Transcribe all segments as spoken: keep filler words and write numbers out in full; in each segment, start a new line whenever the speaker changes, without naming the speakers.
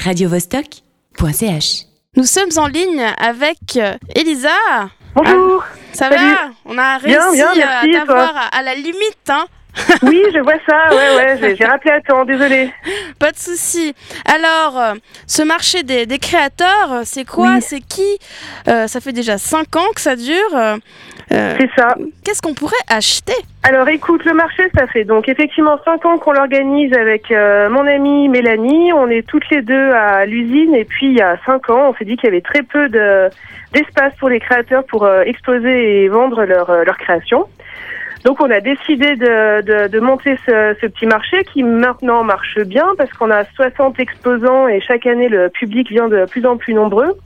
radio vostok point c h.
Nous sommes en ligne avec Elisa.
Bonjour.
Ah, ça
Salut.
va? On a réussi
bien, bien, merci,
à t'avoir à, à la limite, hein?
Oui, je vois ça, ouais, ouais, j'ai, j'ai rappelé à temps, désolée.
Pas de souci. Alors, euh, ce marché des, des créateurs, c'est quoi?
Oui.
C'est qui? euh, Ça fait déjà cinq ans que ça dure. Euh,
C'est ça.
Qu'est-ce qu'on pourrait acheter?
Alors écoute, le marché, ça fait donc effectivement cinq ans qu'on l'organise avec euh, mon amie Mélanie. On est toutes les deux à l'usine et puis il y a cinq ans, on s'est dit qu'il y avait très peu de, d'espace pour les créateurs pour euh, exposer et vendre leur, euh, leur création. Donc on a décidé de, de, de monter ce, ce petit marché qui maintenant marche bien parce qu'on a soixante exposants et chaque année le public vient de plus en plus nombreux.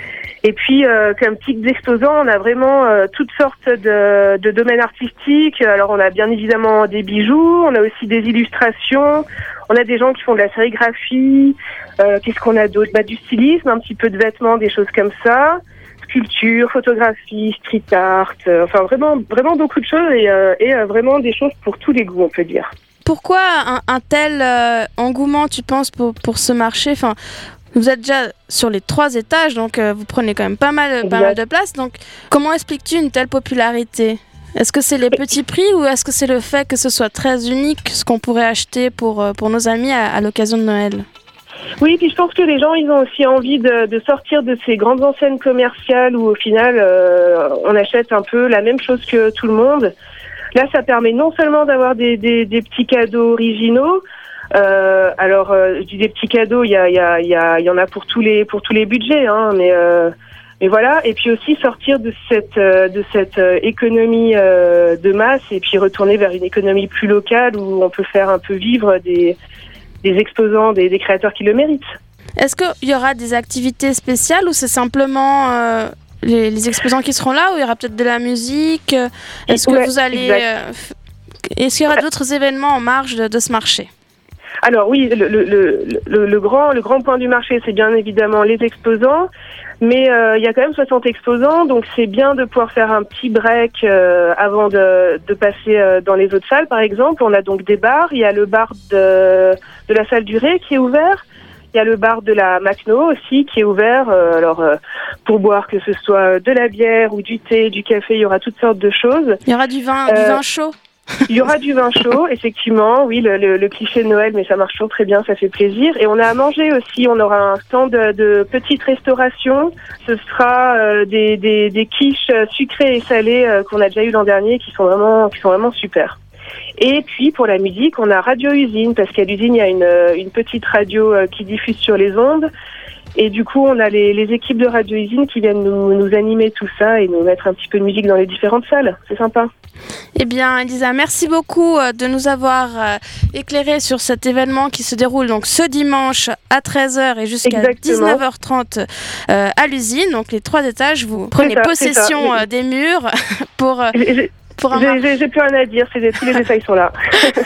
Et puis euh, comme petits exposants, on a vraiment euh, toutes sortes de, de domaines artistiques. Alors on a bien évidemment des bijoux, on a aussi des illustrations, on a des gens qui font de la sérigraphie, euh, qu'est-ce qu'on a d'autre? Bah, du stylisme, un petit peu de vêtements, des choses comme ça. Sculpture, photographie, street art, euh, enfin vraiment, vraiment beaucoup de choses et, euh, et euh, vraiment des choses pour tous les goûts, on peut dire.
Pourquoi un, un tel euh, engouement, tu penses, pour, pour ce marché? Enfin, vous êtes déjà sur les trois étages, donc euh, vous prenez quand même pas mal, pas mal de place. Donc, comment expliques-tu une telle popularité? Est-ce que c'est les petits prix ou est-ce que c'est le fait que ce soit très unique, ce qu'on pourrait acheter pour, pour nos amis à, à l'occasion de Noël?
Oui, puis je pense que les gens, ils ont aussi envie de, de sortir de ces grandes enseignes commerciales où au final, euh, on achète un peu la même chose que tout le monde. Là, ça permet non seulement d'avoir des, des, des petits cadeaux originaux. Euh, alors, euh, je dis des petits cadeaux, il y a, il y a, il y a, il y en a pour tous les, pour tous les budgets, hein, mais, euh, mais voilà. Et puis aussi sortir de cette, euh, de cette euh, économie euh, de masse et puis retourner vers une économie plus locale où on peut faire un peu vivre des des exposants, des, des créateurs qui le méritent.
Est-ce qu'il y aura des activités spéciales ou c'est simplement euh, les, les exposants qui seront là ou il y aura peut-être de la musique? Est-ce que
ouais,
vous allez... Euh, f... Est-ce qu'il y aura d'autres événements en marge de, de ce marché?
Alors oui, le, le, le, le, le, grand, le grand point du marché, c'est bien évidemment les exposants, mais euh, il y a quand même soixante exposants, donc c'est bien de pouvoir faire un petit break euh, avant de, de passer euh, dans les autres salles, par exemple. On a donc des bars, il y a le bar de, de la salle du Ré qui est ouvert, il y a le bar de la Macno aussi qui est ouvert, euh, alors euh, pour boire que ce soit de la bière ou du thé, du café, il y aura toutes sortes de choses.
Il y aura du vin,
euh,
du vin chaud.
Il y aura du vin chaud, effectivement, oui, le, le, le cliché de Noël, mais ça marche toujours très bien, ça fait plaisir. Et on a à manger aussi, on aura un stand de, de petite restauration. Ce sera euh, des, des, des quiches sucrées et salées euh, qu'on a déjà eu l'an dernier, qui sont vraiment, qui sont vraiment super. Et puis pour la musique, on a Radio Usine, parce qu'à l'usine, il y a une, une petite radio euh, qui diffuse sur les ondes. Et du coup, on a les, les équipes de Radio Usine qui viennent nous, nous animer tout ça et nous mettre un petit peu de musique dans les différentes salles. C'est sympa.
Eh bien, Elisa, merci beaucoup de nous avoir éclairé sur cet événement qui se déroule donc ce dimanche à treize heures et jusqu'à Exactement. dix-neuf heures trente euh, à l'usine. Donc les trois étages, vous prenez ça, possession euh, des murs pour...
J'ai, j'ai, pour un j'ai, j'ai, j'ai plus rien à dire, c'est des, tous les détails sont là.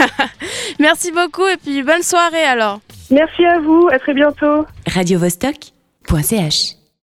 Merci beaucoup et puis bonne soirée alors.
Merci à vous, à très bientôt.
radio vostok point c h